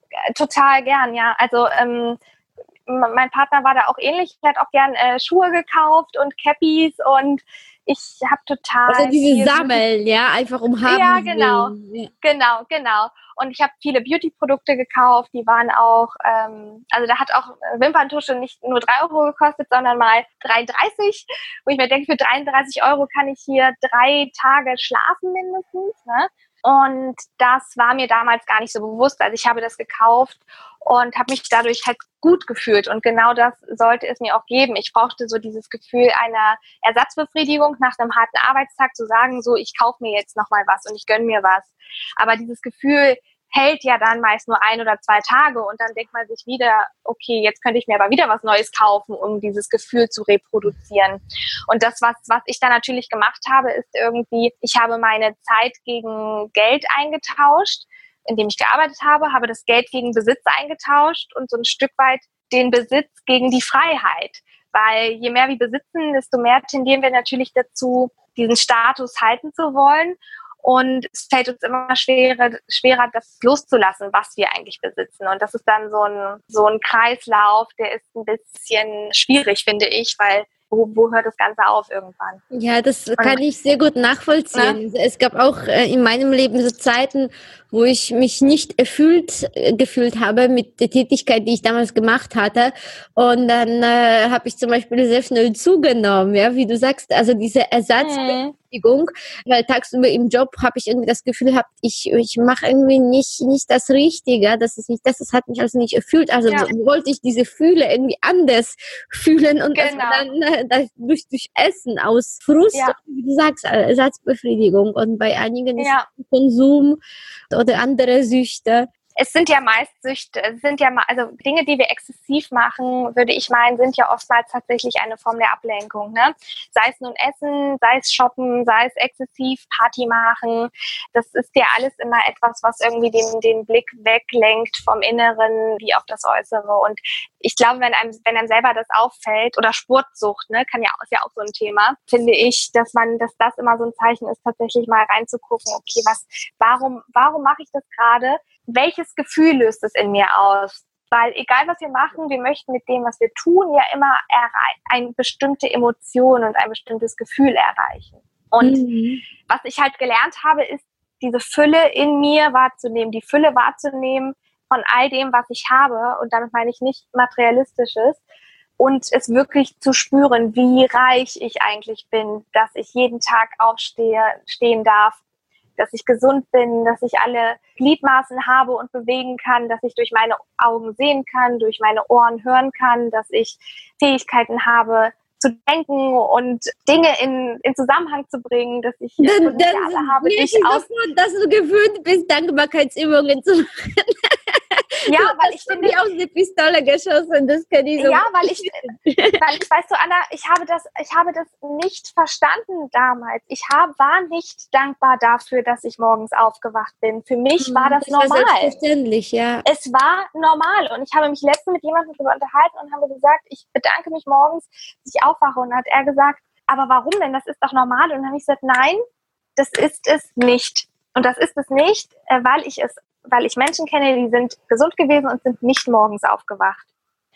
Total gern, ja. Also ähm, mein Partner war da auch ähnlich. Er hat auch gern äh, Schuhe gekauft und Cappies und ich habe total... Also diese viel- Sammeln, ja, einfach um haben Ja, genau. willen. Ja. Genau, genau. Und ich habe viele Beauty-Produkte gekauft, die waren auch, ähm, also da hat auch Wimperntusche nicht nur drei Euro gekostet, sondern mal dreiunddreißig, wo ich mir denke, für dreiunddreißig Euro kann ich hier drei Tage schlafen mindestens, ne? Und das war mir damals gar nicht so bewusst. Also ich habe das gekauft und habe mich dadurch halt gut gefühlt. Und genau das sollte es mir auch geben. Ich brauchte so dieses Gefühl einer Ersatzbefriedigung nach einem harten Arbeitstag, zu sagen, so, ich kaufe mir jetzt nochmal was und ich gönne mir was. Aber dieses Gefühl hält ja dann meist nur ein oder zwei Tage und dann denkt man sich wieder, okay, jetzt könnte ich mir aber wieder was Neues kaufen, um dieses Gefühl zu reproduzieren. Und das, was, was ich da natürlich gemacht habe, ist irgendwie, ich habe meine Zeit gegen Geld eingetauscht, indem ich gearbeitet habe, habe das Geld gegen Besitz eingetauscht und so ein Stück weit den Besitz gegen die Freiheit. Weil je mehr wir besitzen, desto mehr tendieren wir natürlich dazu, diesen Status halten zu wollen. Und es fällt uns immer schwerer, schwerer, das loszulassen, was wir eigentlich besitzen. Und das ist dann so ein, so ein Kreislauf, der ist ein bisschen schwierig, finde ich, weil wo, wo hört das Ganze auf irgendwann? Ja, das kann ich sehr gut nachvollziehen. Ne? Es gab auch äh, in meinem Leben so Zeiten, wo ich mich nicht erfüllt äh, gefühlt habe mit der Tätigkeit, die ich damals gemacht hatte. Und dann äh, habe ich zum Beispiel sehr schnell zugenommen, ja, wie du sagst, also diese Ersatzbefriedigung, weil tagsüber im Job habe ich irgendwie das Gefühl gehabt, ich ich mache irgendwie nicht nicht das Richtige, das ist nicht, das ist, hat mich also nicht erfüllt. Also Ja. w- wollte ich diese Gefühle irgendwie anders fühlen und das Genau. war dann äh, das durch durch Essen aus Frust, Ja. wie du sagst, äh, Ersatzbefriedigung. Und bei einigen ist Ja. es Konsum oder andere Süchte. Es sind ja meist Süchte, es sind ja ma- also Dinge, die wir exzessiv machen, würde ich meinen, sind ja oftmals tatsächlich eine Form der Ablenkung, ne? Sei es nun Essen, sei es Shoppen, sei es exzessiv Party machen. Das ist ja alles immer etwas, was irgendwie den, den Blick weglenkt vom Inneren wie auf das Äußere. Und ich glaube, wenn einem, wenn einem selber das auffällt, oder Sportsucht, ne, kann ja, ist ja auch so ein Thema, finde ich, dass man, dass das immer so ein Zeichen ist, tatsächlich mal reinzugucken, okay, was, warum, warum mache ich das gerade? Welches Gefühl löst es in mir aus? Weil egal, was wir machen, wir möchten mit dem, was wir tun, ja immer errei- eine bestimmte Emotion und ein bestimmtes Gefühl erreichen. Und Mhm. was ich halt gelernt habe, ist, diese Fülle in mir wahrzunehmen, die Fülle wahrzunehmen von all dem, was ich habe. Und damit meine ich nicht Materialistisches. Und es wirklich zu spüren, wie reich ich eigentlich bin, dass ich jeden Tag aufstehe, stehen darf, dass ich gesund bin, dass ich alle Gliedmaßen habe und bewegen kann, dass ich durch meine Augen sehen kann, durch meine Ohren hören kann, dass ich Fähigkeiten habe zu denken und Dinge in, in Zusammenhang zu bringen, dass ich Dann, dann Potenziale habe, merke dich ich aus... sofort, dass du gewöhnt bist, Dankbarkeitsübungen zu machen. Ja, Du weil hast ich von finde... mir aus eine Pistole geschossen, das kann ich so. Ja, weil ich, weil ich weiß so, Anna, ich habe das, ich habe das nicht verstanden damals. Ich hab, war nicht dankbar dafür, dass ich morgens aufgewacht bin. Für mich war das, das war normal. selbstverständlich, ja. Es war normal und ich habe mich letztens mit jemandem darüber unterhalten und habe gesagt, ich bedanke mich morgens, dass ich aufwache, und hat er gesagt, aber warum denn? Das ist doch normal. Und dann habe ich gesagt, nein, das ist es nicht. Und das ist es nicht, weil ich es, weil ich Menschen kenne, die sind gesund gewesen und sind nicht morgens aufgewacht.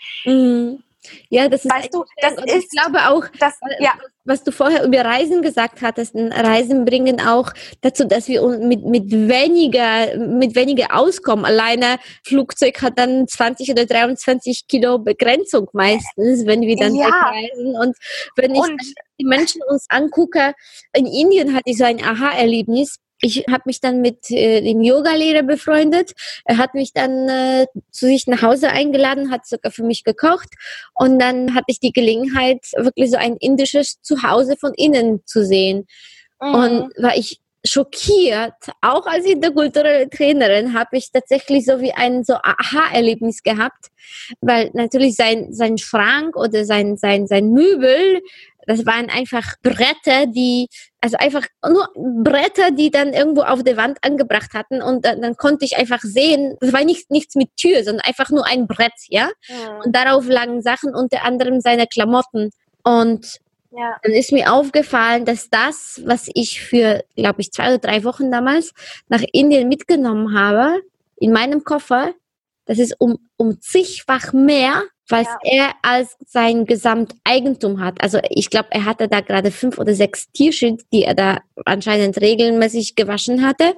Mhm. Ja, das ist, weißt du, das und ist, ich glaube auch, das, ja. was du vorher über Reisen gesagt hattest, Reisen bringen auch dazu, dass wir mit, mit weniger, mit weniger auskommen. Alleine Flugzeug hat dann zwanzig oder dreiundzwanzig Kilo Begrenzung meistens, wenn wir dann ja. wegreisen. Und wenn ich und, die Menschen uns angucke, in Indien hatte ich so ein Aha-Erlebnis. Ich habe mich dann mit äh, dem Yoga-Lehrer befreundet. Er hat mich dann äh, zu sich nach Hause eingeladen, hat sogar für mich gekocht. Und dann hatte ich die Gelegenheit, wirklich so ein indisches Zuhause von innen zu sehen. Mhm. Und war ich schockiert, auch als interkulturelle Trainerin, habe ich tatsächlich so wie ein so Aha-Erlebnis gehabt. Weil natürlich sein, sein Schrank oder sein, sein, sein Möbel, das waren einfach Bretter, die, also einfach nur Bretter, die dann irgendwo auf der Wand angebracht hatten, und dann, dann konnte ich einfach sehen, das war nicht, nichts mit Tür, sondern einfach nur ein Brett, ja? Mhm. Und darauf lagen Sachen, unter anderem seine Klamotten. Und ja. Dann ist mir aufgefallen, dass das, was ich für, glaube ich, zwei oder drei Wochen damals nach Indien mitgenommen habe, in meinem Koffer, das ist um, um zigfach mehr, was ja. er als sein Gesamteigentum hat. Also ich glaube, er hatte da gerade fünf oder sechs T-Shirts, die er da anscheinend regelmäßig gewaschen hatte.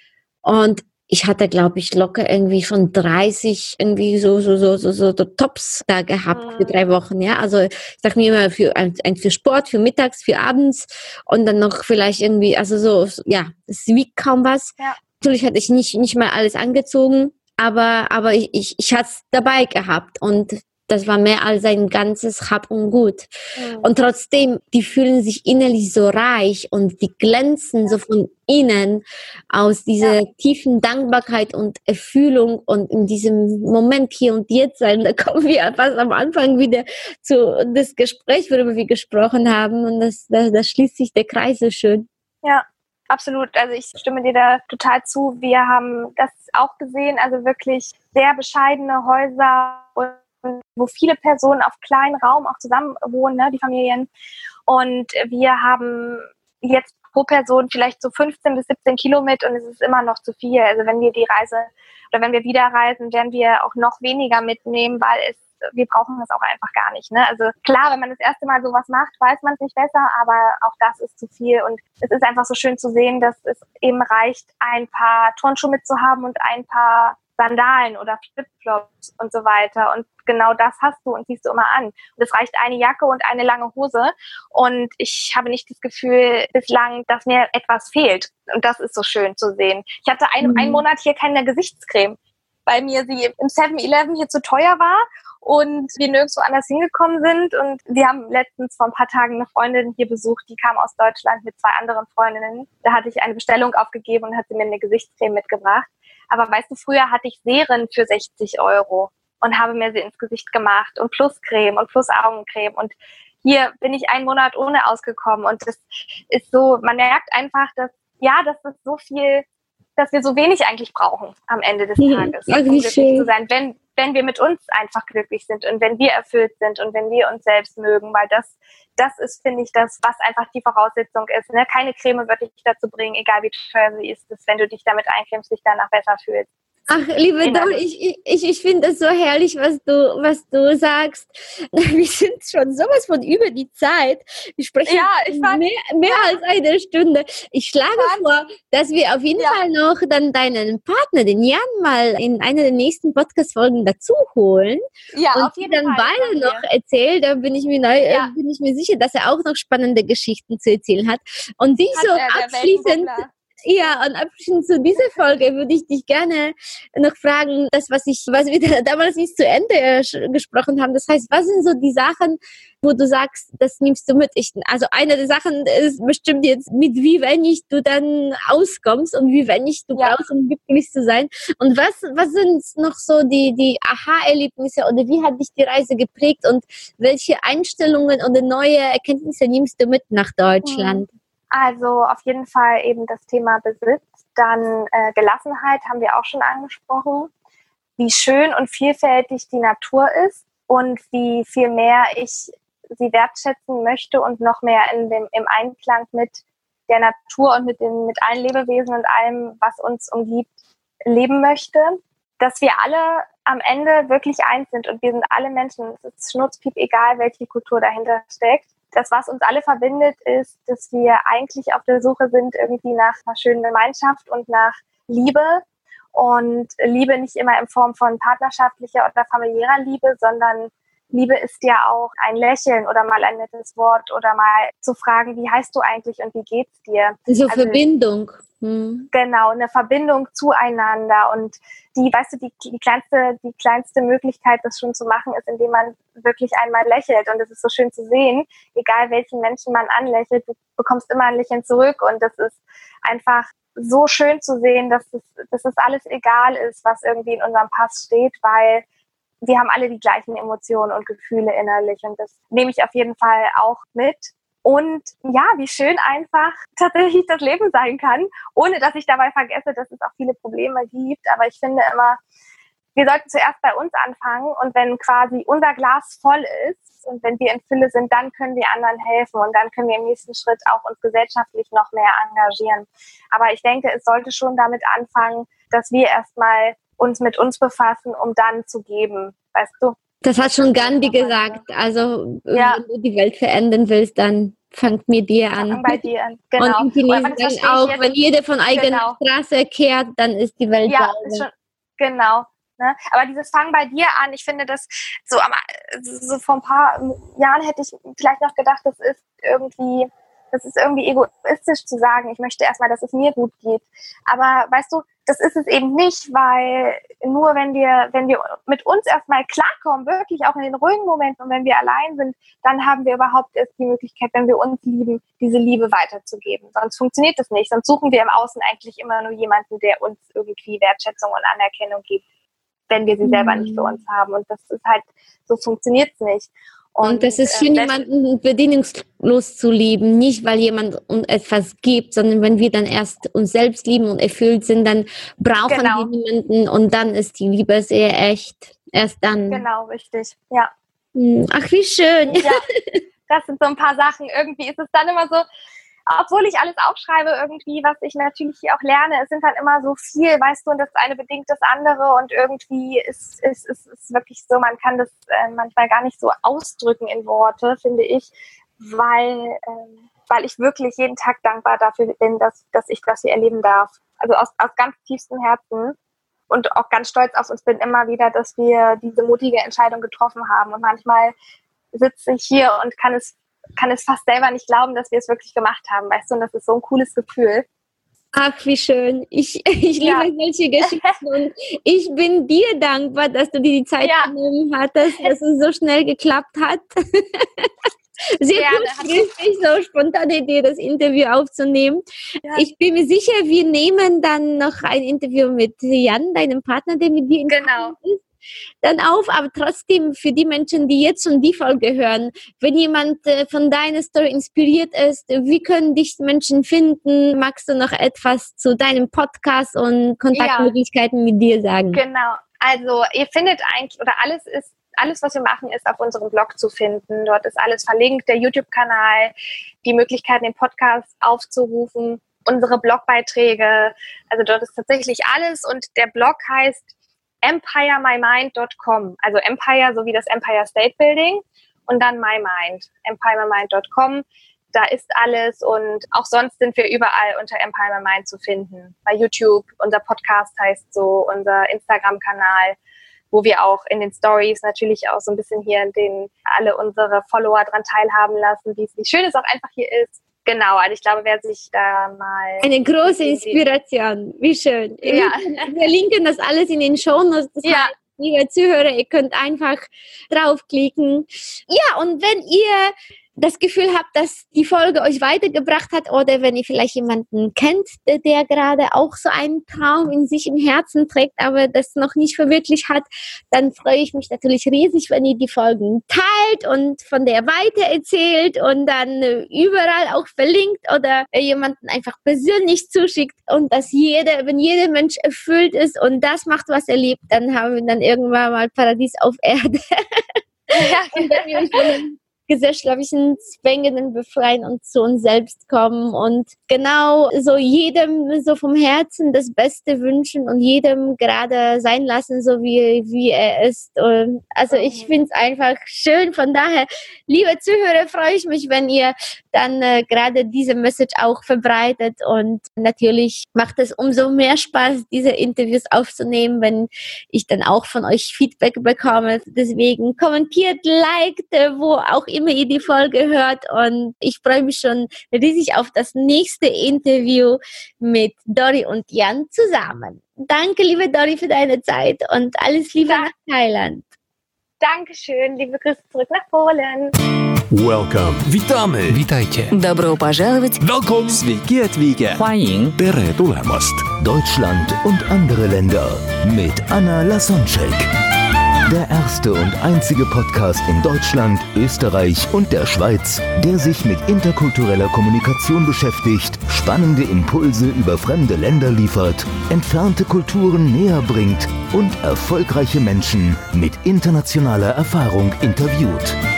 Und ich hatte, glaube ich, locker irgendwie schon dreißig irgendwie so so so so, so Tops da gehabt mhm. für drei Wochen. Ja, also ich sag mir immer für ein, ein für Sport, für mittags, für abends und dann noch vielleicht irgendwie, also so ja, es wiegt kaum was. Ja. Natürlich hatte ich nicht nicht mal alles angezogen, aber aber ich ich, ich hatte es dabei gehabt, und das war mehr als ein ganzes Hab und Gut. Mhm. Und trotzdem, die fühlen sich innerlich so reich und die glänzen ja. so von innen aus dieser ja. tiefen Dankbarkeit und Erfüllung und in diesem Moment hier und jetzt sein. Da kommen wir fast am Anfang wieder zu das Gespräch, worüber wir gesprochen haben, und das, da, da schließt sich der Kreis so schön. Ja. Absolut, also ich stimme dir da total zu. Wir haben das auch gesehen, also wirklich sehr bescheidene Häuser, und wo viele Personen auf kleinen Raum auch zusammen wohnen, ne, die Familien. Und wir haben jetzt pro Person vielleicht so fünfzehn bis siebzehn Kilo mit, und es ist immer noch zu viel. Also wenn wir die Reise oder wenn wir wieder reisen, werden wir auch noch weniger mitnehmen, weil es wir brauchen das auch einfach gar nicht. Ne? Also klar, wenn man das erste Mal sowas macht, weiß man es nicht besser, aber auch das ist zu viel. Und es ist einfach so schön zu sehen, dass es eben reicht, ein paar Turnschuhe mitzuhaben und ein paar Sandalen oder Flipflops und so weiter. Und genau das hast du und ziehst du immer an. Und es reicht eine Jacke und eine lange Hose. Und ich habe nicht das Gefühl bislang, dass mir etwas fehlt. Und das ist so schön zu sehen. Ich hatte ein, mhm. einen Monat hier keine Gesichtscreme, weil mir sie im seven eleven hier zu teuer war und wir nirgendwo anders hingekommen sind. Und wir haben letztens vor ein paar Tagen eine Freundin hier besucht, die kam aus Deutschland mit zwei anderen Freundinnen. Da hatte ich eine Bestellung aufgegeben und hat sie mir eine Gesichtscreme mitgebracht. Aber weißt du, früher hatte ich Seren für sechzig Euro und habe mir sie ins Gesicht gemacht und plus Creme und plus Augencreme. Und hier bin ich einen Monat ohne ausgekommen. Und das ist so, man merkt einfach, dass, ja, dass das so viel, dass wir so wenig eigentlich brauchen am Ende des Tages, um glücklich zu sein, wenn, wenn wir mit uns einfach glücklich sind und wenn wir erfüllt sind und wenn wir uns selbst mögen, weil das, das ist, finde ich, das, was einfach die Voraussetzung ist. Ne? Keine Creme wird dich dazu bringen, egal wie teuer sie ist, dass wenn du dich damit eincremst, dich danach besser fühlst. Ach, liebe Dol, ich, ich, ich finde es so herrlich, was du, was du sagst. Wir sind schon sowas von über die Zeit. Wir sprechen ja, ich fand, mehr, mehr ja. als eine Stunde. Ich schlage fand, vor, dass wir auf jeden ja. Fall noch dann deinen Partner, den Jan, mal in einer der nächsten Podcast-Folgen dazu holen. Ja, und auf jeden dann Fall. beide noch erzählen. Da bin ich mir neu, ja. bin ich mir sicher, dass er auch noch spannende Geschichten zu erzählen hat. Und die hat so abschließend. Ja, und abschließend zu dieser Folge würde ich dich gerne noch fragen, das, was ich, was wir da damals nicht zu Ende äh, sch- gesprochen haben. Das heißt, was sind so die Sachen, wo du sagst, das nimmst du mit? Ich, also eine der Sachen ist bestimmt jetzt, mit wie wenig du dann auskommst und wie wenig du Ja. brauchst, um glücklich zu sein. Und was, was sind noch so die, die Aha-Erlebnisse oder wie hat dich die Reise geprägt und welche Einstellungen oder neue Erkenntnisse nimmst du mit nach Deutschland? Also auf jeden Fall eben das Thema Besitz, dann äh, Gelassenheit haben wir auch schon angesprochen, wie schön und vielfältig die Natur ist und wie viel mehr ich sie wertschätzen möchte und noch mehr in dem, im Einklang mit der Natur und mit, den, mit allen Lebewesen und allem, was uns umgibt, leben möchte. Dass wir alle am Ende wirklich eins sind und wir sind alle Menschen. Es ist schnurzpiep egal, welche Kultur dahinter steckt. Das, was uns alle verbindet, ist, dass wir eigentlich auf der Suche sind irgendwie nach einer schönen Gemeinschaft und nach Liebe. Und Liebe nicht immer in Form von partnerschaftlicher oder familiärer Liebe, sondern Liebe ist ja auch ein Lächeln oder mal ein nettes Wort oder mal zu fragen, wie heißt du eigentlich und wie geht's dir? So Also, Verbindung. Hm. Genau, eine Verbindung zueinander. Und die, weißt du, die, die kleinste, die kleinste Möglichkeit, das schon zu machen, ist, indem man wirklich einmal lächelt. Und es ist so schön zu sehen, egal welchen Menschen man anlächelt, du bekommst immer ein Lächeln zurück. Und das ist einfach so schön zu sehen, dass es, dass es alles egal ist, was irgendwie in unserem Pass steht, weil wir haben alle die gleichen Emotionen und Gefühle innerlich. Und das nehme ich auf jeden Fall auch mit. Und ja, wie schön einfach tatsächlich das Leben sein kann, ohne dass ich dabei vergesse, dass es auch viele Probleme gibt. Aber ich finde immer, wir sollten zuerst bei uns anfangen. Und wenn quasi unser Glas voll ist und wenn wir in Fülle sind, dann können wir anderen helfen. Und dann können wir im nächsten Schritt auch uns gesellschaftlich noch mehr engagieren. Aber ich denke, es sollte schon damit anfangen, dass wir erstmal uns mit uns befassen, um dann zu geben, weißt du? Das hat schon Gandhi gesagt. Also, Ja. wenn du die Welt verändern willst, dann fang mit dir an. Fang bei dir an. Genau. Und die Chinesen sagen auch, wenn jeder von eigener genau. Straße kehrt, dann ist die Welt ja, sauber. Ist schon, genau. Ne? Aber dieses Fang bei dir an, ich finde das so, am, so vor ein paar Jahren hätte ich vielleicht noch gedacht, das ist irgendwie, das ist irgendwie egoistisch zu sagen, ich möchte erstmal, dass es mir gut geht. Aber weißt du, das ist es eben nicht, weil nur wenn wir, wenn wir mit uns erstmal klarkommen, wirklich auch in den ruhigen Momenten und wenn wir allein sind, dann haben wir überhaupt erst die Möglichkeit, wenn wir uns lieben, diese Liebe weiterzugeben. Sonst funktioniert das nicht. Sonst suchen wir im Außen eigentlich immer nur jemanden, der uns irgendwie Wertschätzung und Anerkennung gibt, wenn wir sie mhm. selber nicht für uns haben. Und das ist halt, so funktioniert es nicht. Und, und das ist schön, äh, jemanden bedingungslos zu lieben, nicht weil jemand uns etwas gibt, sondern wenn wir dann erst uns selbst lieben und erfüllt sind, dann brauchen genau. wir niemanden und dann ist die Liebe sehr echt. Erst dann. Genau, richtig, ja. Ach, wie schön. Ja, das sind so ein paar Sachen. Irgendwie ist es dann immer so, obwohl ich alles aufschreibe irgendwie, was ich natürlich hier auch lerne, es sind dann immer so viel, weißt du, und das eine bedingt das andere und irgendwie ist es ist, ist, ist wirklich so, man kann das äh, manchmal gar nicht so ausdrücken in Worte, finde ich, weil, äh, weil ich wirklich jeden Tag dankbar dafür bin, dass, dass ich das hier erleben darf. Also aus, aus ganz tiefstem Herzen und auch ganz stolz auf uns bin immer wieder, dass wir diese mutige Entscheidung getroffen haben und manchmal sitze ich hier und kann es kann es fast selber nicht glauben, dass wir es wirklich gemacht haben, weißt du, und das ist so ein cooles Gefühl. Ach, wie schön. Ich, ich ja. liebe solche Geschichten und ich bin dir dankbar, dass du dir die Zeit ja. genommen hattest, dass es so schnell geklappt hat. Sehr kurzfristig, so spontane Idee, das Interview aufzunehmen. Ja. Ich bin mir sicher, wir nehmen dann noch ein Interview mit Jan, deinem Partner, der mit dir in genau. ist. Dann auf, aber trotzdem für die Menschen, die jetzt schon die Folge hören, wenn jemand äh, von deiner Story inspiriert ist, wie können dich Menschen finden? Magst du noch etwas zu deinem Podcast und Kontaktmöglichkeiten ja. mit dir sagen? Genau, also ihr findet eigentlich, oder alles ist, alles, was wir machen, ist auf unserem Blog zu finden. Dort ist alles verlinkt, der YouTube-Kanal, die Möglichkeit, den Podcast aufzurufen, unsere Blogbeiträge, also dort ist tatsächlich alles und der Blog heißt empire my mind dot com, also Empire sowie das Empire State Building und dann My Mind, empire my mind dot com, da ist alles und auch sonst sind wir überall unter Empire My Mind zu finden. Bei YouTube, unser Podcast heißt so, unser Instagram-Kanal, wo wir auch in den Stories natürlich auch so ein bisschen hier den alle unsere Follower dran teilhaben lassen, wie, wie schön es auch einfach hier ist. genau, also ich glaube, wer sich da mal... Eine große Inspiration, wie schön. Ja. Wir linken das alles in den Shownotes. Das Ja. heißt, liebe Zuhörer, ihr könnt einfach draufklicken. Ja, und wenn ihr das Gefühl habt, dass die Folge euch weitergebracht hat oder wenn ihr vielleicht jemanden kennt, der, der gerade auch so einen Traum in sich im Herzen trägt, aber das noch nicht verwirklicht hat, dann freue ich mich natürlich riesig, wenn ihr die Folgen teilt und von der weitererzählt und dann überall auch verlinkt oder jemanden einfach persönlich zuschickt und dass jeder, wenn jeder Mensch erfüllt ist und das macht, was er liebt, dann haben wir dann irgendwann mal Paradies auf Erde. Ja. Und wenn wir uns von den gesellschaftlichen Zwängen befreien und zu uns selbst kommen und genau so jedem so vom Herzen das Beste wünschen und jedem gerade sein lassen, so wie, wie er ist. Und also ich finde es einfach schön. Von daher, liebe Zuhörer, freue ich mich, wenn ihr dann äh, gerade diese Message auch verbreitet und natürlich macht es umso mehr Spaß, diese Interviews aufzunehmen, wenn ich dann auch von euch Feedback bekomme. Deswegen kommentiert, liked, wo auch immer ihr die Folge hört und ich freue mich schon riesig auf das nächste Interview mit Dori und Jan zusammen. Danke, liebe Dori, für deine Zeit und alles Liebe Ja. nach Thailand. Dankeschön, liebe Grüße zurück nach Polen. Welcome. Witamy. Witajcie. Добро пожаловать. Welcome. Sveiki atvykę. 欢迎 Tere tulemast. Deutschland und andere Länder mit Anna Lasonczek. Der erste und einzige Podcast in Deutschland, Österreich und der Schweiz, der sich mit interkultureller Kommunikation beschäftigt, spannende Impulse über fremde Länder liefert, entfernte Kulturen näher bringt und erfolgreiche Menschen mit internationaler Erfahrung interviewt.